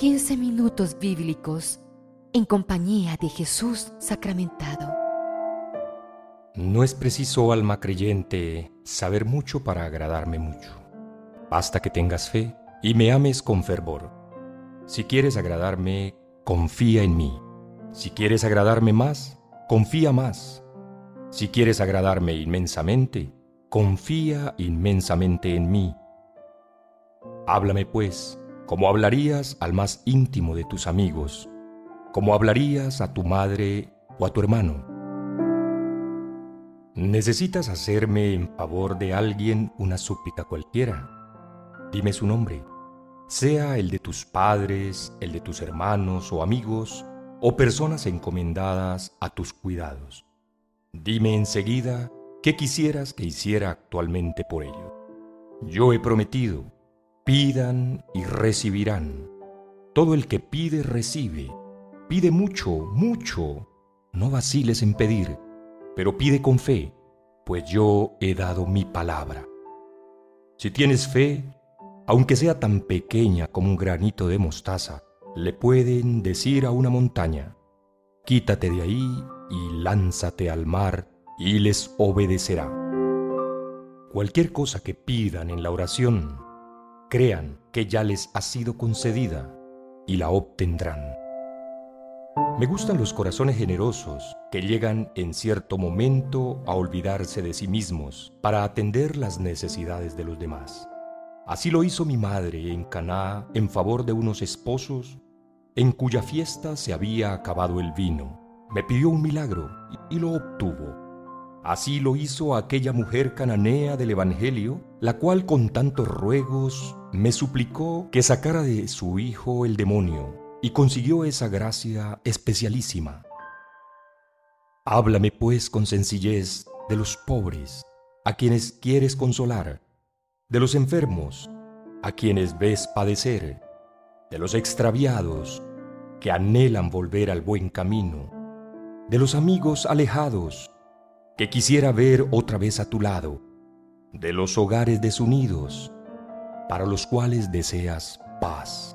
15 minutos bíblicos en compañía de Jesús sacramentado. No es preciso, alma creyente, saber mucho para agradarme mucho. Basta que tengas fe y me ames con fervor. Si quieres agradarme, confía en mí. Si quieres agradarme más, confía más. Si quieres agradarme inmensamente, confía inmensamente en mí. Háblame, pues, como hablarías al más íntimo de tus amigos, como hablarías a tu madre o a tu hermano. ¿Necesitas hacerme en favor de alguien una súplica cualquiera? Dime su nombre, sea el de tus padres, el de tus hermanos o amigos, o personas encomendadas a tus cuidados. Dime enseguida qué quisieras que hiciera actualmente por ello. Yo he prometido, pidan y recibirán. Todo el que pide, recibe. Pide mucho, mucho. No vaciles en pedir, pero pide con fe, pues yo he dado mi palabra. Si tienes fe, aunque sea tan pequeña como un granito de mostaza, le pueden decir a una montaña: quítate de ahí y lánzate al mar, y les obedecerá. Cualquier cosa que pidan en la oración, crean que ya les ha sido concedida y la obtendrán. Me gustan los corazones generosos que llegan en cierto momento a olvidarse de sí mismos para atender las necesidades de los demás. Así lo hizo mi madre en Caná en favor de unos esposos en cuya fiesta se había acabado el vino. Me pidió un milagro y lo obtuvo. Así lo hizo aquella mujer cananea del Evangelio, la cual con tantos ruegos me suplicó que sacara de su hijo el demonio, y consiguió esa gracia especialísima. Háblame pues con sencillez de los pobres, a quienes quieres consolar, de los enfermos, a quienes ves padecer, de los extraviados, que anhelan volver al buen camino, de los amigos alejados, que quisiera ver otra vez a tu lado, de los hogares desunidos, para los cuales deseas paz.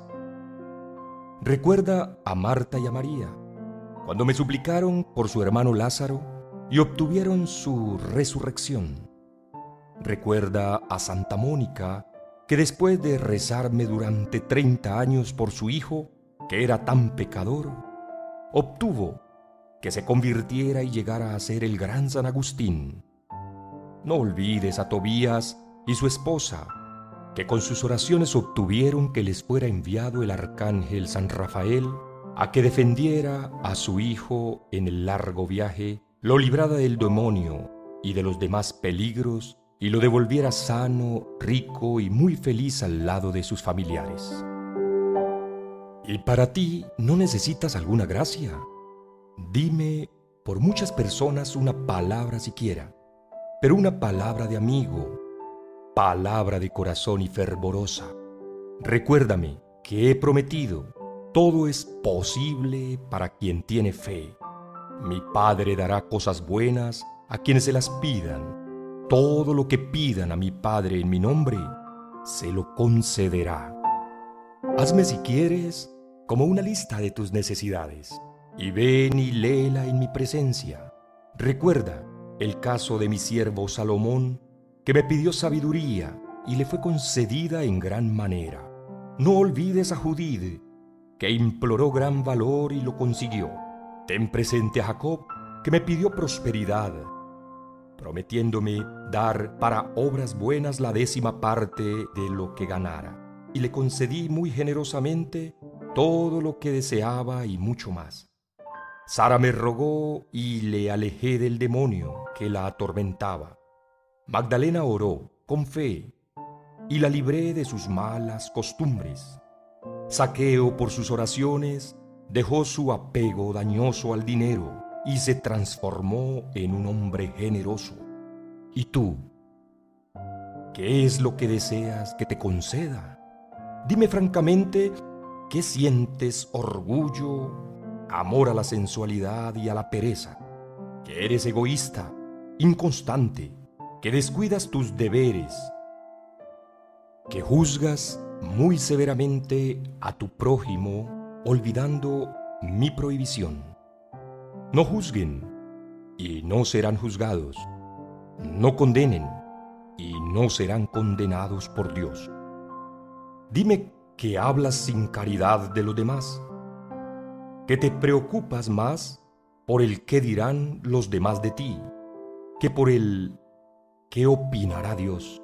Recuerda a Marta y a María, cuando me suplicaron por su hermano Lázaro y obtuvieron su resurrección. Recuerda a Santa Mónica, que después de rezarme durante 30 años por su hijo, que era tan pecador, obtuvo que se convirtiera y llegara a ser el gran San Agustín. No olvides a Tobías y su esposa, que con sus oraciones obtuvieron que les fuera enviado el arcángel San Rafael a que defendiera a su hijo en el largo viaje, lo librara del demonio y de los demás peligros y lo devolviera sano, rico y muy feliz al lado de sus familiares. Y para ti no necesitas alguna gracia. Dime por muchas personas una palabra siquiera, pero una palabra de amigo, palabra de corazón y fervorosa. Recuérdame que he prometido, todo es posible para quien tiene fe. Mi Padre dará cosas buenas a quienes se las pidan. Todo lo que pidan a mi Padre en mi nombre, se lo concederá. Hazme si quieres como una lista de tus necesidades, y ven y léela en mi presencia. Recuerda el caso de mi siervo Salomón, que me pidió sabiduría y le fue concedida en gran manera. No olvides a Judith, que imploró gran valor y lo consiguió. Ten presente a Jacob, que me pidió prosperidad, prometiéndome dar para obras buenas la 10ª parte de lo que ganara, y le concedí muy generosamente todo lo que deseaba y mucho más. Sara me rogó y le alejé del demonio que la atormentaba. Magdalena oró con fe y la libré de sus malas costumbres. Zaqueo, por sus oraciones, dejó su apego dañoso al dinero y se transformó en un hombre generoso. ¿Y tú? ¿Qué es lo que deseas que te conceda? Dime francamente, ¿qué sientes? ¿Orgullo? ¿Amor a la sensualidad y a la pereza? ¿Que eres egoísta, inconstante, que descuidas tus deberes, que juzgas muy severamente a tu prójimo, olvidando mi prohibición. No juzguen, y no serán juzgados. No condenen, y no serán condenados por Dios. Dime que hablas sin caridad de los demás, que te preocupas más por el qué dirán los demás de ti, que por el qué opinará Dios,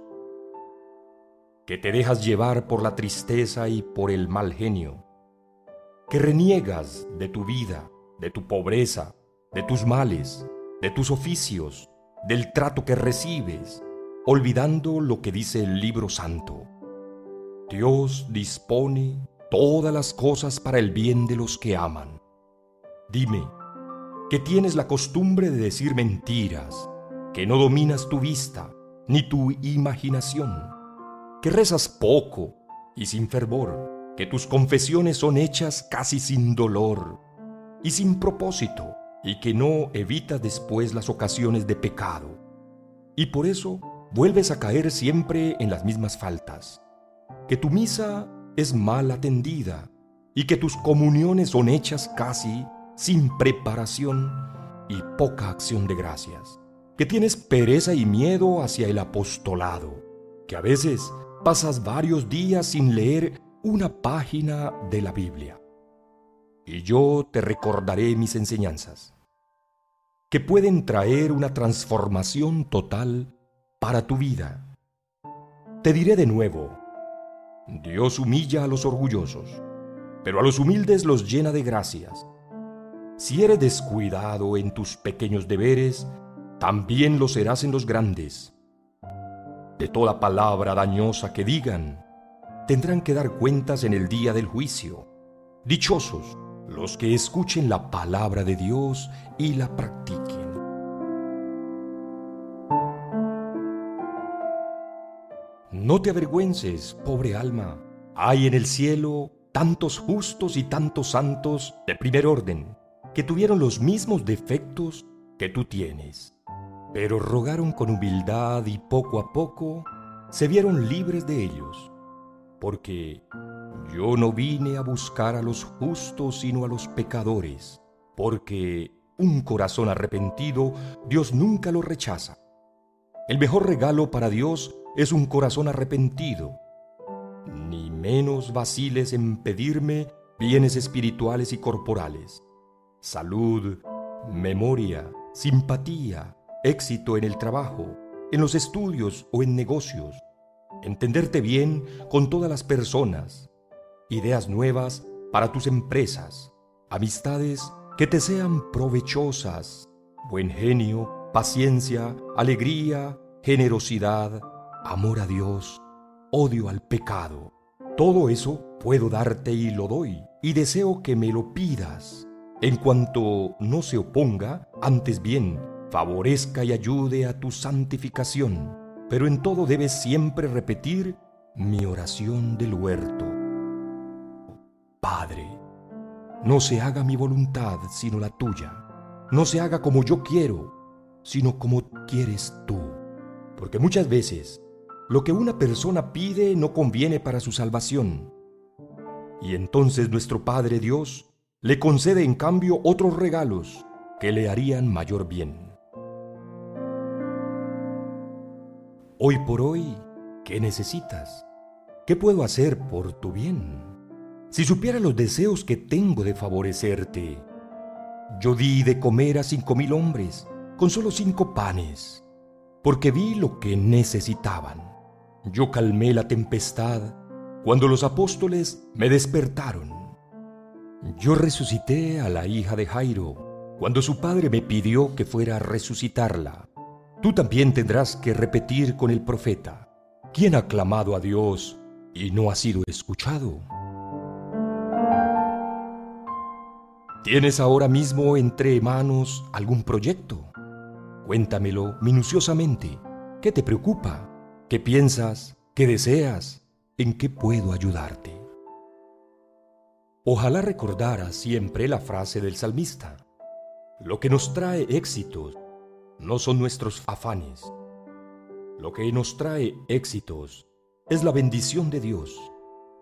que te dejas llevar por la tristeza y por el mal genio, que reniegas de tu vida, de tu pobreza, de tus males, de tus oficios, del trato que recibes, olvidando lo que dice el libro santo. Dios dispone todas las cosas para el bien de los que aman. Dime, que tienes la costumbre de decir mentiras, que no dominas tu vista ni tu imaginación, que rezas poco y sin fervor, que tus confesiones son hechas casi sin dolor y sin propósito, y que no evitas después las ocasiones de pecado, y por eso vuelves a caer siempre en las mismas faltas, que tu misa es mal atendida y que tus comuniones son hechas casi sin preparación y poca acción de gracias, que tienes pereza y miedo hacia el apostolado, que a veces pasas varios días sin leer una página de la Biblia. Y yo te recordaré mis enseñanzas, que pueden traer una transformación total para tu vida. Te diré de nuevo, Dios humilla a los orgullosos, pero a los humildes los llena de gracias. Si eres descuidado en tus pequeños deberes, también lo serás en los grandes. De toda palabra dañosa que digan, tendrán que dar cuentas en el día del juicio. Dichosos los que escuchen la palabra de Dios y la practiquen. No te avergüences, pobre alma. Hay en el cielo tantos justos y tantos santos de primer orden que tuvieron los mismos defectos que tú tienes, pero rogaron con humildad y poco a poco se vieron libres de ellos, porque yo no vine a buscar a los justos sino a los pecadores, porque un corazón arrepentido Dios nunca lo rechaza. El mejor regalo para Dios es un corazón arrepentido. Ni menos vaciles en pedirme bienes espirituales y corporales, salud, memoria, simpatía, éxito en el trabajo, en los estudios o en negocios, entenderte bien con todas las personas, ideas nuevas para tus empresas, amistades que te sean provechosas, buen genio, paciencia, alegría, generosidad, amor a Dios, odio al pecado. Todo eso puedo darte y lo doy, y deseo que me lo pidas, en cuanto no se oponga, antes bien, favorezca y ayude a tu santificación, pero en todo debes siempre repetir mi oración del huerto. Padre, no se haga mi voluntad sino la tuya, no se haga como yo quiero, sino como quieres tú, porque muchas veces lo que una persona pide no conviene para su salvación, y entonces nuestro Padre Dios le concede en cambio otros regalos que le harían mayor bien. Hoy por hoy, ¿qué necesitas? ¿Qué puedo hacer por tu bien? Si supiera los deseos que tengo de favorecerte. Yo di de comer a 5,000 hombres con solo 5 panes, porque vi lo que necesitaban. Yo calmé la tempestad cuando los apóstoles me despertaron. Yo resucité a la hija de Jairo cuando su padre me pidió que fuera a resucitarla. Tú también tendrás que repetir con el profeta: ¿quién ha clamado a Dios y no ha sido escuchado? ¿Tienes ahora mismo entre manos algún proyecto? Cuéntamelo minuciosamente. ¿Qué te preocupa? ¿Qué piensas? ¿Qué deseas? ¿En qué puedo ayudarte? Ojalá recordaras siempre la frase del salmista: lo que nos trae éxitos no son nuestros afanes. Lo que nos trae éxitos es la bendición de Dios.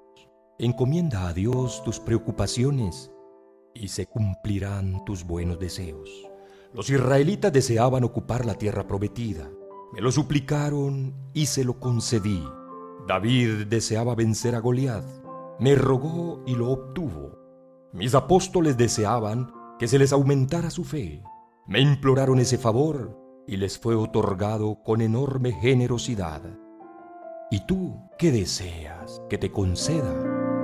Encomienda a Dios tus preocupaciones y se cumplirán tus buenos deseos. Los israelitas deseaban ocupar la tierra prometida. Me lo suplicaron y se lo concedí. David deseaba vencer a Goliat. Me rogó y lo obtuvo. Mis apóstoles deseaban que se les aumentara su fe. Me imploraron ese favor y les fue otorgado con enorme generosidad. ¿Y tú qué deseas que te conceda?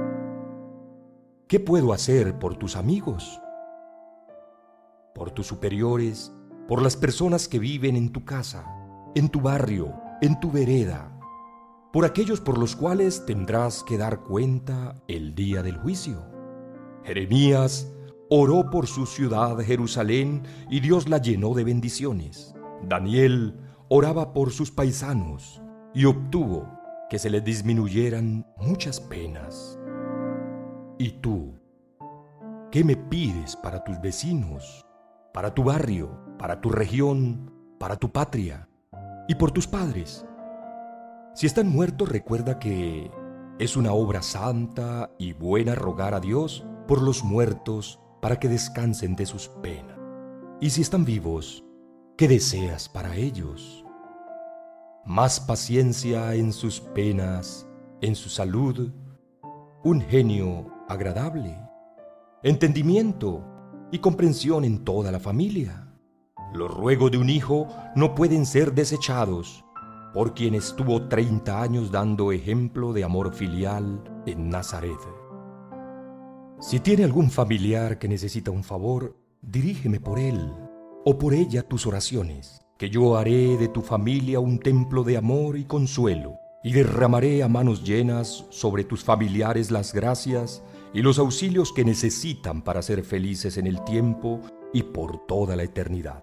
¿Qué puedo hacer por tus amigos? Por tus superiores, por las personas que viven en tu casa, en tu barrio, en tu vereda, por aquellos por los cuales tendrás que dar cuenta el día del juicio. Jeremías oró por su ciudad Jerusalén y Dios la llenó de bendiciones. Daniel oraba por sus paisanos y obtuvo que se les disminuyeran muchas penas. ¿Y tú? ¿Qué me pides para tus vecinos, para tu barrio, para tu región, para tu patria y por tus padres? Si están muertos, recuerda que es una obra santa y buena rogar a Dios por los muertos para que descansen de sus penas. Y si están vivos, ¿qué deseas para ellos? Más paciencia en sus penas, en su salud, un genio agradable, entendimiento y comprensión en toda la familia. Los ruegos de un hijo no pueden ser desechados por quien estuvo 30 años dando ejemplo de amor filial en Nazaret. Si tiene algún familiar que necesita un favor, dirígeme por él o por ella tus oraciones, que yo haré de tu familia un templo de amor y consuelo, y derramaré a manos llenas sobre tus familiares las gracias y los auxilios que necesitan para ser felices en el tiempo y por toda la eternidad.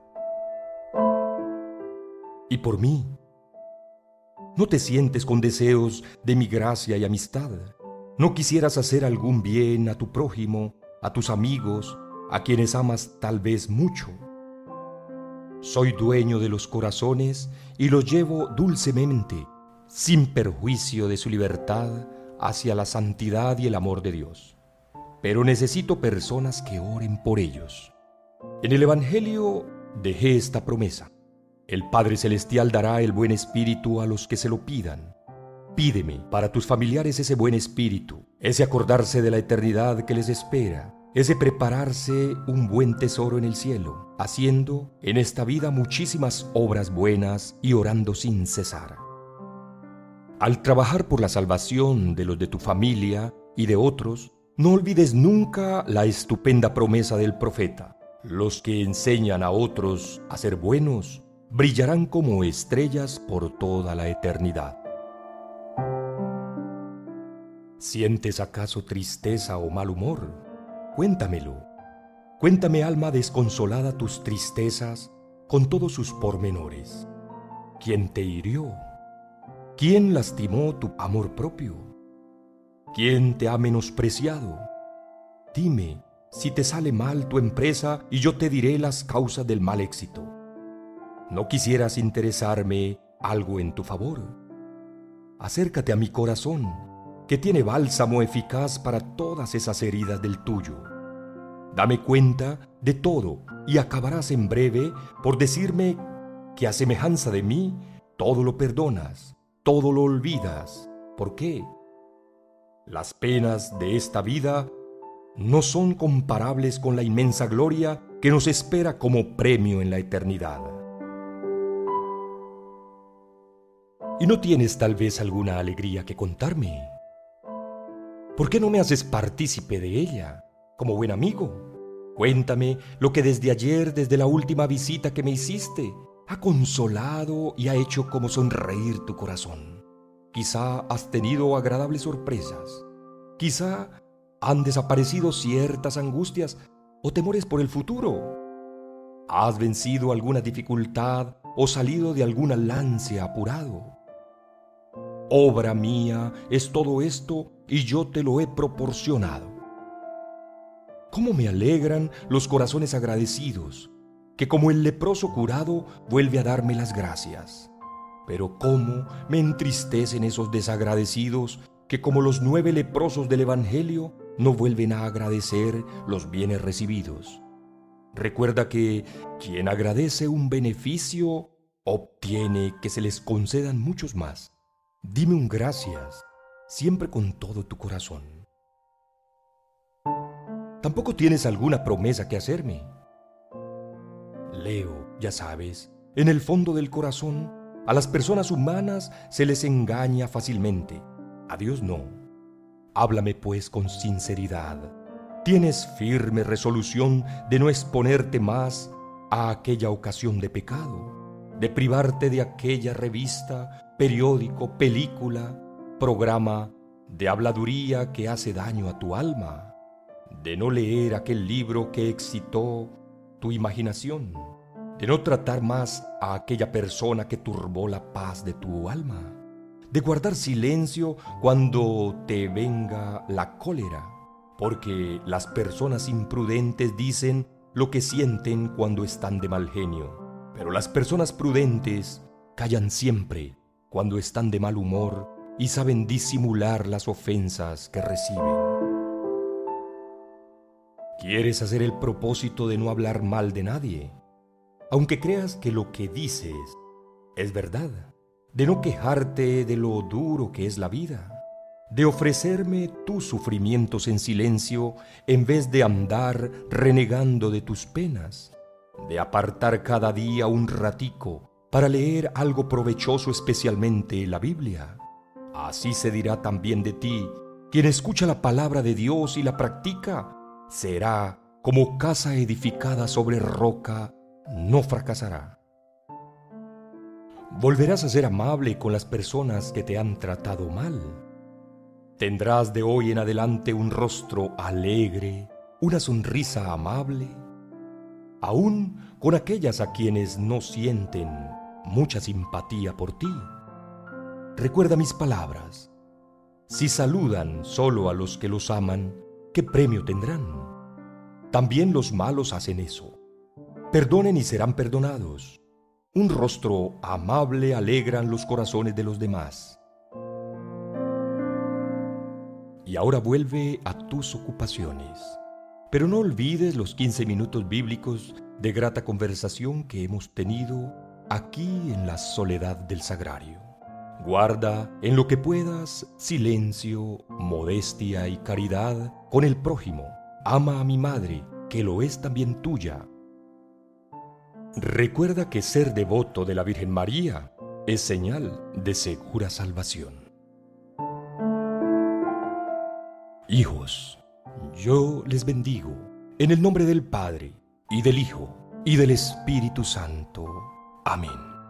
Y por mí, ¿no te sientes con deseos de mi gracia y amistad? ¿No quisieras hacer algún bien a tu prójimo, a tus amigos, a quienes amas tal vez mucho? Soy dueño de los corazones y los llevo dulcemente, sin perjuicio de su libertad, hacia la santidad y el amor de Dios. Pero necesito personas que oren por ellos. En el Evangelio dejé esta promesa: el Padre Celestial dará el buen espíritu a los que se lo pidan. Pídeme para tus familiares ese buen espíritu, ese acordarse de la eternidad que les espera, ese prepararse un buen tesoro en el cielo, haciendo en esta vida muchísimas obras buenas y orando sin cesar. Al trabajar por la salvación de los de tu familia y de otros, no olvides nunca la estupenda promesa del profeta: los que enseñan a otros a ser buenos brillarán como estrellas por toda la eternidad. ¿Sientes acaso tristeza o mal humor? Cuéntamelo. Cuéntame, alma desconsolada, tus tristezas con todos sus pormenores. ¿Quién te hirió? ¿Quién lastimó tu amor propio? ¿Quién te ha menospreciado? Dime si te sale mal tu empresa y yo te diré las causas del mal éxito. ¿No quisieras interesarme algo en tu favor? Acércate a mi corazón, que tiene bálsamo eficaz para todas esas heridas del tuyo. Dame cuenta de todo y acabarás en breve por decirme que a semejanza de mí todo lo perdonas, todo lo olvidas. ¿Por qué? Las penas de esta vida no son comparables con la inmensa gloria que nos espera como premio en la eternidad. ¿Y no tienes tal vez alguna alegría que contarme? ¿Por qué no me haces partícipe de ella, como buen amigo? Cuéntame lo que desde ayer, desde la última visita que me hiciste, ha consolado y ha hecho como sonreír tu corazón. Quizá has tenido agradables sorpresas. Quizá han desaparecido ciertas angustias o temores por el futuro. ¿Has vencido alguna dificultad o salido de alguna lance apurado? Obra mía es todo esto y yo te lo he proporcionado. ¿Cómo me alegran los corazones agradecidos, que como el leproso curado vuelve a darme las gracias? Pero cómo me entristecen esos desagradecidos que como los 9 leprosos del Evangelio no vuelven a agradecer los bienes recibidos. Recuerda que quien agradece un beneficio obtiene que se les concedan muchos más. Dime un gracias, siempre con todo tu corazón. ¿Tampoco tienes alguna promesa que hacerme? Leo, ya sabes, en el fondo del corazón, a las personas humanas se les engaña fácilmente. A Dios no. Háblame pues con sinceridad. ¿Tienes firme resolución de no exponerte más a aquella ocasión de pecado? ¿De privarte de aquella revista, periódico, película, programa de habladuría que hace daño a tu alma? ¿De no leer aquel libro que excitó tu imaginación? ¿De no tratar más a aquella persona que turbó la paz de tu alma? ¿De guardar silencio cuando te venga la cólera? Porque las personas imprudentes dicen lo que sienten cuando están de mal genio, pero las personas prudentes callan siempre cuando están de mal humor y saben disimular las ofensas que reciben. ¿Quieres hacer el propósito de no hablar mal de nadie? Aunque creas que lo que dices es verdad, de no quejarte de lo duro que es la vida, de ofrecerme tus sufrimientos en silencio en vez de andar renegando de tus penas, de apartar cada día un ratico para leer algo provechoso, especialmente la Biblia. Así se dirá también de ti: quien escucha la palabra de Dios y la practica será como casa edificada sobre roca, no fracasará. Volverás a ser amable con las personas que te han tratado mal. Tendrás de hoy en adelante un rostro alegre, una sonrisa amable, aún con aquellas a quienes no sienten mucha simpatía por ti. Recuerda mis palabras: si saludan solo a los que los aman, ¿qué premio tendrán? También los malos hacen eso. Perdonen y serán perdonados. Un rostro amable alegran los corazones de los demás. Y ahora vuelve a tus ocupaciones. Pero no olvides los 15 minutos bíblicos de grata conversación que hemos tenido aquí en la soledad del sagrario. Guarda en lo que puedas silencio, modestia y caridad con el prójimo. Ama a mi madre, que lo es también tuya. Recuerda que ser devoto de la Virgen María es señal de segura salvación. Hijos, yo les bendigo en el nombre del Padre, y del Hijo, y del Espíritu Santo. Amén.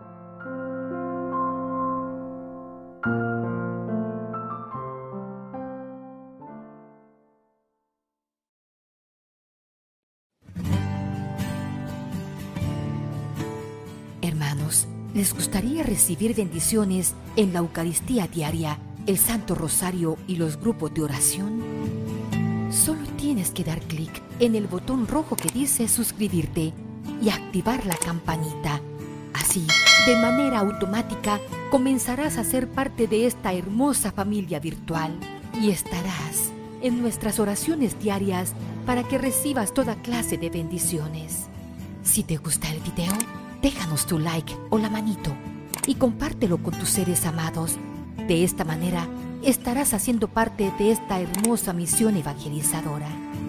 Hermanos, ¿les gustaría recibir bendiciones en la Eucaristía diaria, el Santo Rosario y los grupos de oración? Solo tienes que dar clic en el botón rojo que dice suscribirte y activar la campanita. Así, de manera automática, comenzarás a ser parte de esta hermosa familia virtual y estarás en nuestras oraciones diarias para que recibas toda clase de bendiciones. Si te gusta el video, déjanos tu like o la manito y compártelo con tus seres amados. De esta manera estarás haciendo parte de esta hermosa misión evangelizadora.